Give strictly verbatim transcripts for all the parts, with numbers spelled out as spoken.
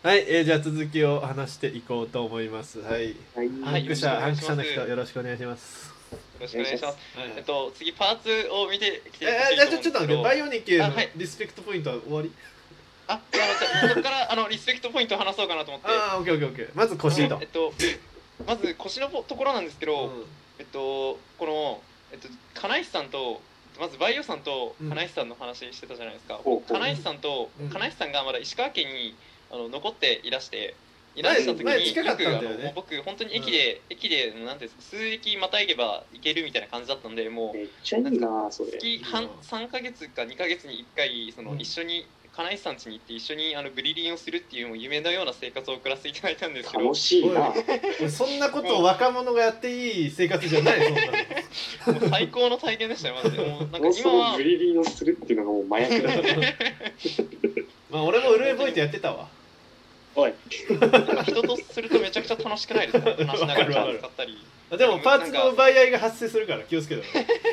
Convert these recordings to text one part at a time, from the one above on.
はい、えー、じゃあ続きを話していこうと思います。はい。 はい。 ハンク社、ハンク社の人、 よよろしくお願いします。 ろしくお願いします。 はいはい、 えっと、次パーツを見てきてほしえー、 いと思うんちょっと待って、 ですけど、 バイオニケのあ、はい、 リスペクトポイントは終わり？ あ、あの、じゃあそこからあのリスペクトポイントを話そうかなと思って。 ああ、オッケーオッケーオッケー。まず腰と。 えっと、まず腰のところなんですけど、 うん、 えっと、この、えっと、金石さんと、まずバイオさんと金石さんの話してたじゃないですか。 うん、 金石さんと、 うん、 金石さんがまだ石川県にあの残っていらして、いらした時によくあの僕本当に駅で、うん、駅でなんていうんですか、数駅またいげば行けるみたいな感じだったんで、もうめっちゃいいなそれ。 月半さんかげつかにかげつにいっかいその、うん、一緒に金井さん家に行って一緒にあのブリリンをするっていうもう夢のような生活を送らせていただいたんですけど、 楽しいな。 そんなことを若者がやっていい生活じゃない。 そんなもう最高の体験でしたよマジで。もうなんか今はブリリンをするっていうのがもう麻薬だまあ俺もウルエボイトやってたわ。 おい人とするとめちゃくちゃ楽しくないですか？話しながら使ったり。 でもパーツの奪い合いが発生するから気をつけて。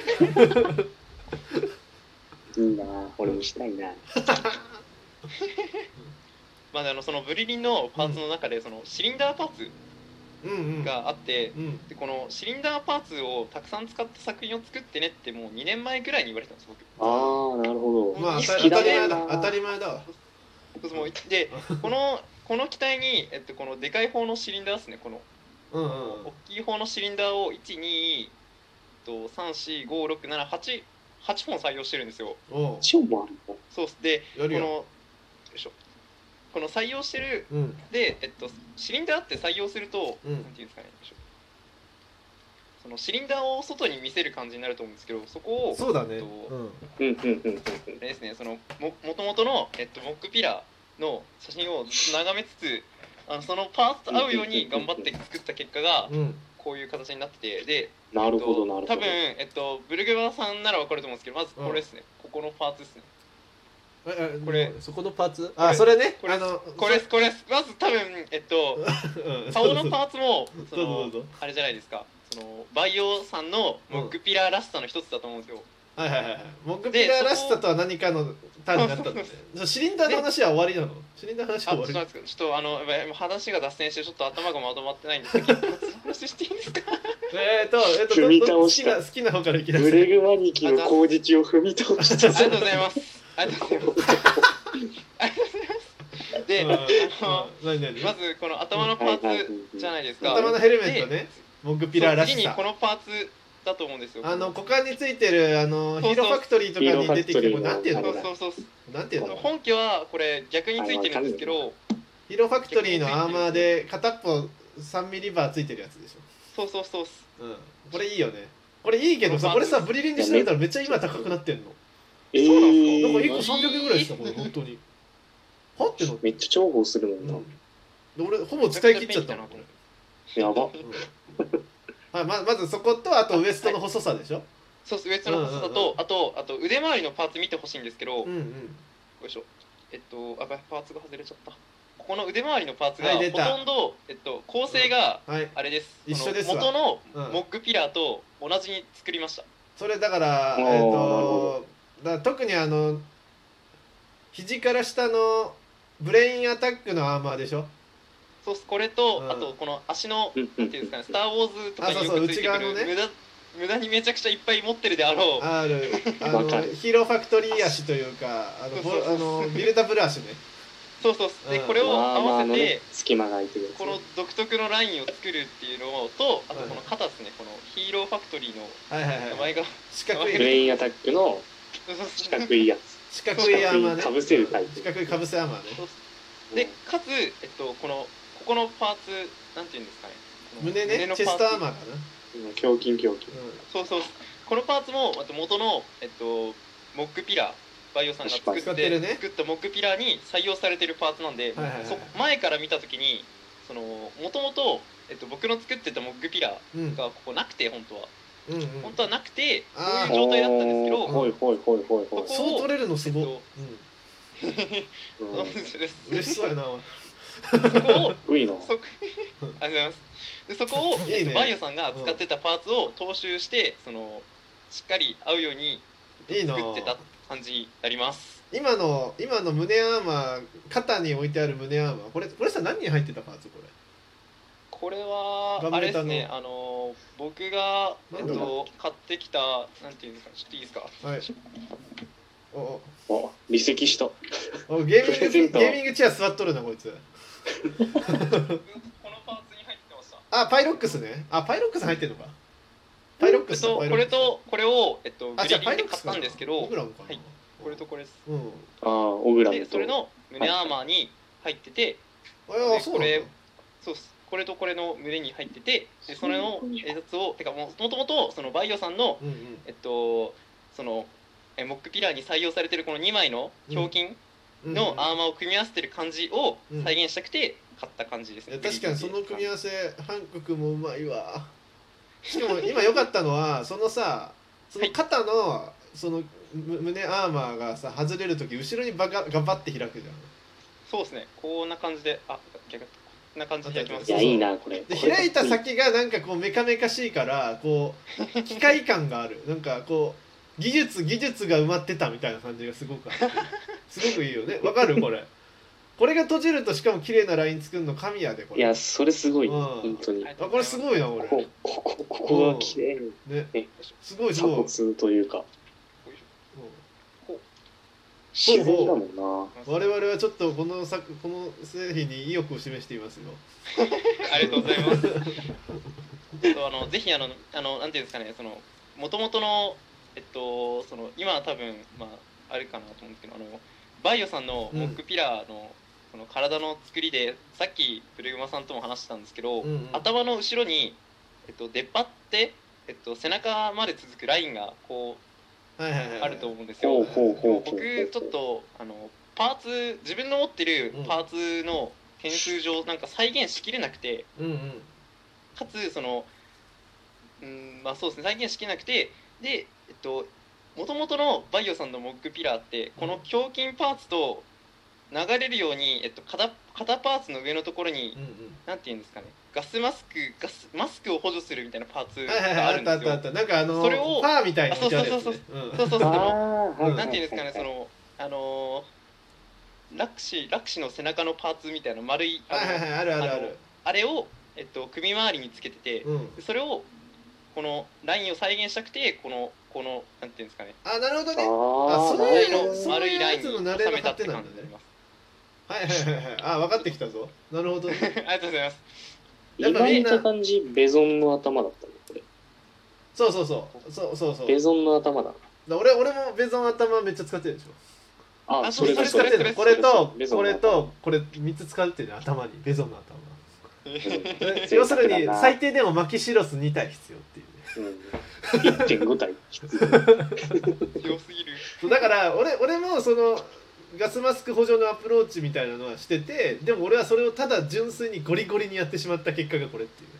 いいな、俺もしたいな。 まああのそのブリリンのパーツの中でそのシリンダーパーツがあって、うんうん、でこのシリンダーパーツをたくさん使った作品を作ってねってもうにねんまえぐらいに言われたんです僕。 ああ、なるほど。 まあ当たり前だ。当たり前だわ。 でこのこの機体に、えっと、このでかい方のシリンダーですね、この、 うんうん、 大きい方のシリンダーをいち、に、さん、よん、ご、ろく、なな、はち、はちほん採用してるんですよ。 はちほんもあるの？ そうで、このよいしょ、この採用してる、うん、で、えっと、シリンダーって採用すると、うん、なんていうんですかね、よいしょ、そのシリンダーを外に見せる感じになると思うんですけど、そこをそうだね、 えっと、 うん、 ですね、そのも元々の、えっと、モックピラーの写真をずっと眺めつつ、あのそのパーツと合うように頑張って作った結果がこういう形になってて、で、 なるほどなるほど。 多分、えっと、ブルゲバーさんなら分かると思うんですけど、まずこれですね、うん、ここのパーツですね。 これそこのパーツ、あ、それね、 これあのこれこれまず多分えっと顔のパーツもそのあれじゃないですか、そのバイオさんのモックピラーらしさの一つだと思うんですよ。 はいはいはい。モックピラーらしさとは何かの単になったんで、シリンダーの話は終わりなの？シリンダーの話は終わり。 ちょっとちょっとあの話が脱線してちょっと頭がまとまってないんですけど、話していいんですか？ えっとえっと踏み倒した好きな方からいきなさい。 ブレグマニキの口実を踏み倒した。 ありがとうございます。ありがとうございます。ありがとうございます。で、あのまずこの頭のパーツじゃないですか。 頭のヘルメットね。モックピラーらしさ。 次にこのパーツだと思うんですよ。 あの股間についてるあのヒーローファクトリーとかに出てきてもなんていうの？ そうそうそうそう。 なんていうの？ 本家はこれ逆についてるんですけど、 ヒーローファクトリーのアーマーで片っぽさんミリバーついてるやつでしょ。 そうそうそう。 うん。これいいよね。これいいけどさ、これさブリリンで調べたらめっちゃ今高くなってんの。 えー、そうなんですか？なんかいっこさんびゃくえんぐらいしたこれ本当に。はっての？ めっちゃ重宝するもんな。 うん、俺ほぼ使い切っちゃったのこれ。やば。 はい、ままずそことあとウエストの細さでしょ。 そうです、ウエストの細さと、あとあと腕周りのパーツ見てほしいんですけど、 うんうん、よいしょ。えっとあパーツが外れちゃった。ここの腕周りのパーツがほとんど、えっと構成があれです。 一緒です。 元のモックピラーと同じに作りました。 それだからえっとだ特にあの肘から下のブレインアタックのアーマーでしょ。 そうこれと、うん、あとこの足のなんていうんですかね、スター・ウォーズとかによくついてくる無駄無駄にめちゃくちゃいっぱい持ってるであろうあるあのヒーローファクトリー足というかあのあのビルダブル足ね。 そうそうで、うん、これを合わせて、ね、 隙間が空いてるやつ、ね、 この独特のラインを作るっていうのと、あとこの肩ですね、このヒーローファクトリーの名前が四角いブレインアタックの四角いやつ、 四角いアーマーね、 かぶせるタイプ、 四角いかぶせアーマーね。 でかつえっとこのここのパーツなんていうんですかね、 胸ね、チェストアーマーかな、 胸筋胸筋、 そうそう、このパーツもあと元のえっとモックピラーバイオさんが作って作ったモックピラーに採用されてるパーツなんで、そ前から見た時にそのもともと僕の作ってたモックピラーがここなくて、本当は、うんうん、本当はなくてこういう状態だったんですけど、 ほいほいほいほいほい、 そう取れるのすごい、嬉しそうやな。 そこをいいな、 そこありがとうございます。でそこをいい、ね、えっと、バイオさんが使ってたパーツを踏襲して、そのしっかり合うように作ってた感じになります。 今の今の胸アーマー、肩に置いてある胸アーマー、これこれさ何に入ってたパーツこれ？ これはあれですね、あの僕が、えっと、買ってきた、なんていうんですか、ちょっといいですか。 はい。おお、離席した。 お、ゲーミングゲーミングチェア座っとるなこいつ。このパーツに入ってました。 あ、パイロックスね。あ、パイロックス入ってんのか。パイロックスとこれとこれをえっとグリリンで買ったんですけど、 オグラムかな。 はい、これとこれです。 うん。ああ、オグラムと。 でそれの胸アーマーに入ってて、 はい、あ、そうなんだ。 そうっす。これとこれの胸に入ってて、でそれのやつをてかもともとそのバイオさんの、うんうん、えっとそのえモックピラーに採用されてるこのにまいの胸筋のアーマーを組み合わせてる感じを再現したくて買った感じですね。 うん、確かにその組み合わせハンク君もうまいわ。しかも今良かったのはそのさ、その肩のその胸アーマーがさ外れる時後ろにバカガバって開くじゃん。 そうですね。こんな感じで、あ、逆な感じで開きます。 いや、いいなこれ。 で開いた先がなんかこうメカメカしいからこう機械感がある。なんかこう技術技術が埋まってたみたいな感じがすごくあって、すごくいいよね。わかるこれ。これが閉じるとしかも綺麗なライン作るの神やでこれ。 いやそれすごい、うん、本当に。 あ、これすごいな俺。 こここここが綺麗にね。ね、すごいすごい。 鎖骨というか。自然だもんな。 我々はちょっとこの作この製品に意欲を示していますよ。 ありがとうございます。とあのぜひあのあのなんていうんですかね、その元々のえっとその今は多分まああるかなと思うんですけど、あのバイオさんのモックピラーの、うん、その体の作りでさっきプレグマさんとも話したんですけど、うんうん、頭の後ろにえっと出っ張ってえっと背中まで続くラインがこうあると思うんですよ。僕ちょっとあのパーツ自分の持ってるパーツの点数上なんか再現しきれなくて、うんうん、かつそのうんまあそうですね再現しきれなくてでえっと元々のバイオさんのモックピラーってこの胸筋パーツと流れるように、えっと、肩, 肩パーツの上のところに、うんうん、なんていうんですかね、ガスマスクガスマスクを補助するみたいなパーツがあるんですよ。 なんかあのそれをパーみたいな、 そうそうそうそうそうそうそうなんていうんですかね、そのあのラクシラクシの背中のパーツみたいな丸いあるあるあるあれをえっと首周りにつけてて、うん、それをこのラインを再現したくてこのこのなんていうんですかね、 あなるほどね、 あそういうの丸いラインに収めたって感じになります。 はいはいはいはい、あ分かってきたぞ。なるほど、ね、 ありがとうございます。 今見た感じベゾンの頭だったねこれ。 そうそうそうそうそうそうベゾンの頭だ。 だ俺俺もベゾン頭めっちゃ使ってるでしょ。 ああそれそれ使ってる。これとこれとこれみっつ使ってるね、頭にベゾンの頭。要するに最低でもマキシロスに体必要っていうね。 うん、いってんご 体必要。 強すぎる。 だから俺俺もそのガスマスク補助のアプローチみたいなのはしてて、でも俺はそれをただ純粋にゴリゴリにやってしまった結果がこれっていう、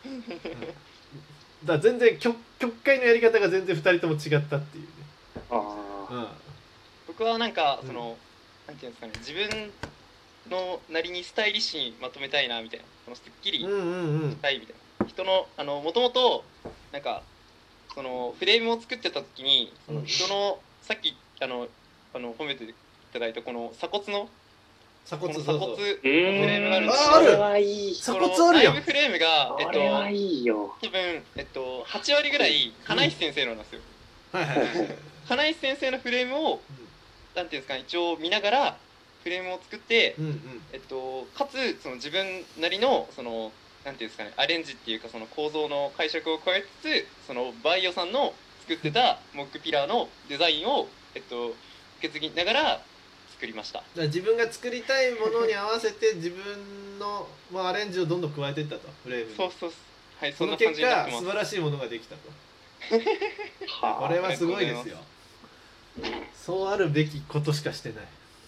ね、うん、だから全然極極快のやり方が全然ふたりとも違ったっていうね。 あ、 うん、 僕はなんかその、うん、なんていうんですかね、自分のなりにスタイリッシュにまとめたいなみたいな、このすっきりしたいみたいな、人のあのもともとなんかそのフレームを作ってた時にその人の、うん、さっきあのあの褒めていただいたこの鎖骨の鎖骨鎖骨フレームがあるんですけど、ある鎖骨あるやん。内部フレームがえっといいよ多分えっとはち割ぐらい金石先生のなんですよ。金石先生のフレームを、うん、なんていうんですか、一応見ながらフレームを作って、うんうん、えっとかつその自分なりのそのなんていうんですかね、アレンジっていうかその構造の解釈を加えつつ、そのバイオさんの作ってたモックピラーのデザインをえっと受け継ぎながら作りました。だから自分が作りたいものに合わせて自分の、まあ、アレンジをどんどん加えていったとフレームに。 そうそうはい、 その結果素晴らしいものができたと。これはすごいですよ。そうあるべきことしかしてない。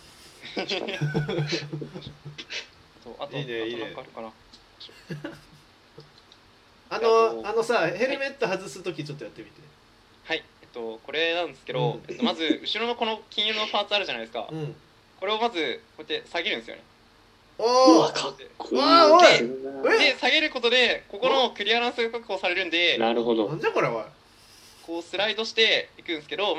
あといいねいいね。 あのあのさヘルメット外す時ちょっとやってみて。 はい、えっとこれなんですけど、うん、えっと、まず後ろのこの金色のパーツあるじゃないですか、うん、これをまずこうやって下げるんですよね。 おおかっこいい。 で、で下げることでここのクリアランスが確保されるんで、 なるほど。 なんじゃこれは。 こうスライドしていくんですけど、まあこ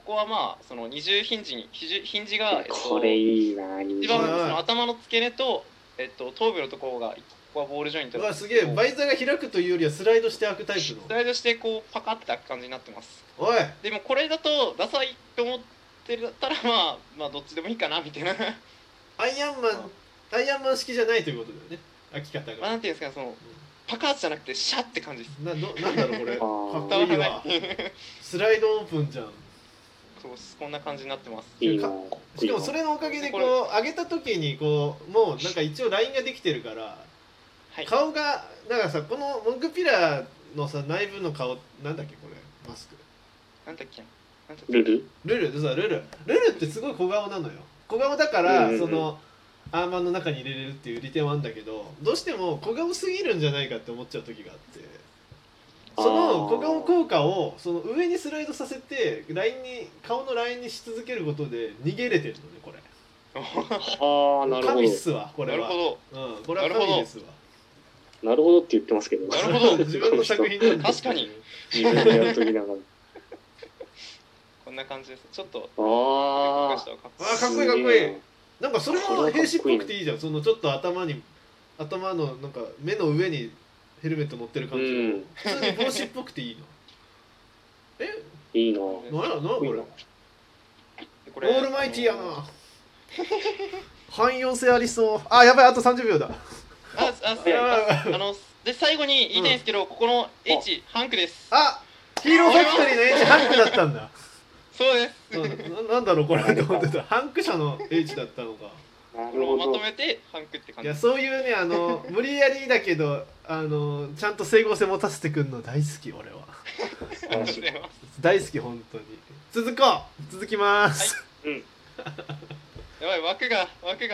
こはまあその二重ヒンジにヒジヒンジが、えっと、 これいいな。 一番その頭の付け根と、えっと、頭部のところがここはボールジョイントうわすげえ、バイザーが開くというよりはスライドして開くタイプの。 スライドしてこうパカッて開く感じになってます。 おいでもこれだとダサいと思ってたらまあまあどっちでもいいかなみたいなアイアンマンアイアンマン式じゃないということだよね、開き方が。 まあなんていうんですか、そのパカッじゃなくてシャッって感じです。 などなんだろうこれかっこ伝わいいわらないスライドオープンじゃん。 そうこんな感じになってます。 いいな。 しかもそれのおかげでこう上げた時にこうもうなんか一応ラインができてるから、 はい、 顔がなんかさ、このモグピラーのさ内部の顔なんだっけこれマスクなんだっけなんだっけルルルルでさ、ルルルルってすごい小顔なのよ。小顔だから、 うんうんうん、 そのアーマーの中に入れれるっていう利点はあるんだけど、どうしても小顔すぎるんじゃないかって思っちゃう時があって、その小顔効果をその上にスライドさせてラインに顔のラインにし続けることで逃げれてるのねこれ。 はあ、なるほど。 神っすわこれは。 なるほど、うん、これは神ですわ。 なるほどって言ってますけど。 なるほど自分の作品なん確かに自分でやっときながら。 こんな感じです。ちょっとあああかっこいいかっこいい。なんかそれも兵士っぽくていいじゃん。そのちょっと頭に頭のなんか目の上にヘルメット乗ってる感じの、うん、普通に帽子っぽくていいの。えいいな。 なんやなこれ。 これオールマイティーやな。汎用性ありそう。あやばい、あとさんじゅうびょうだ。 ああああので最後に言いたいんですけど、うん、ここの H ハンクです。 あヒーローファクトリーの H ハンクだったんだ。 そうです、 うん、な, なんだろうこれと思ってた。ハンク社の H だったのか。 これをまとめてハンクって感じ。 いやそういうね、あの無理やりだけどあのちゃんと整合性持たせてくんの大好き俺は。大好き本当に。続こう続きます。 はい、うん、やばい枠が枠が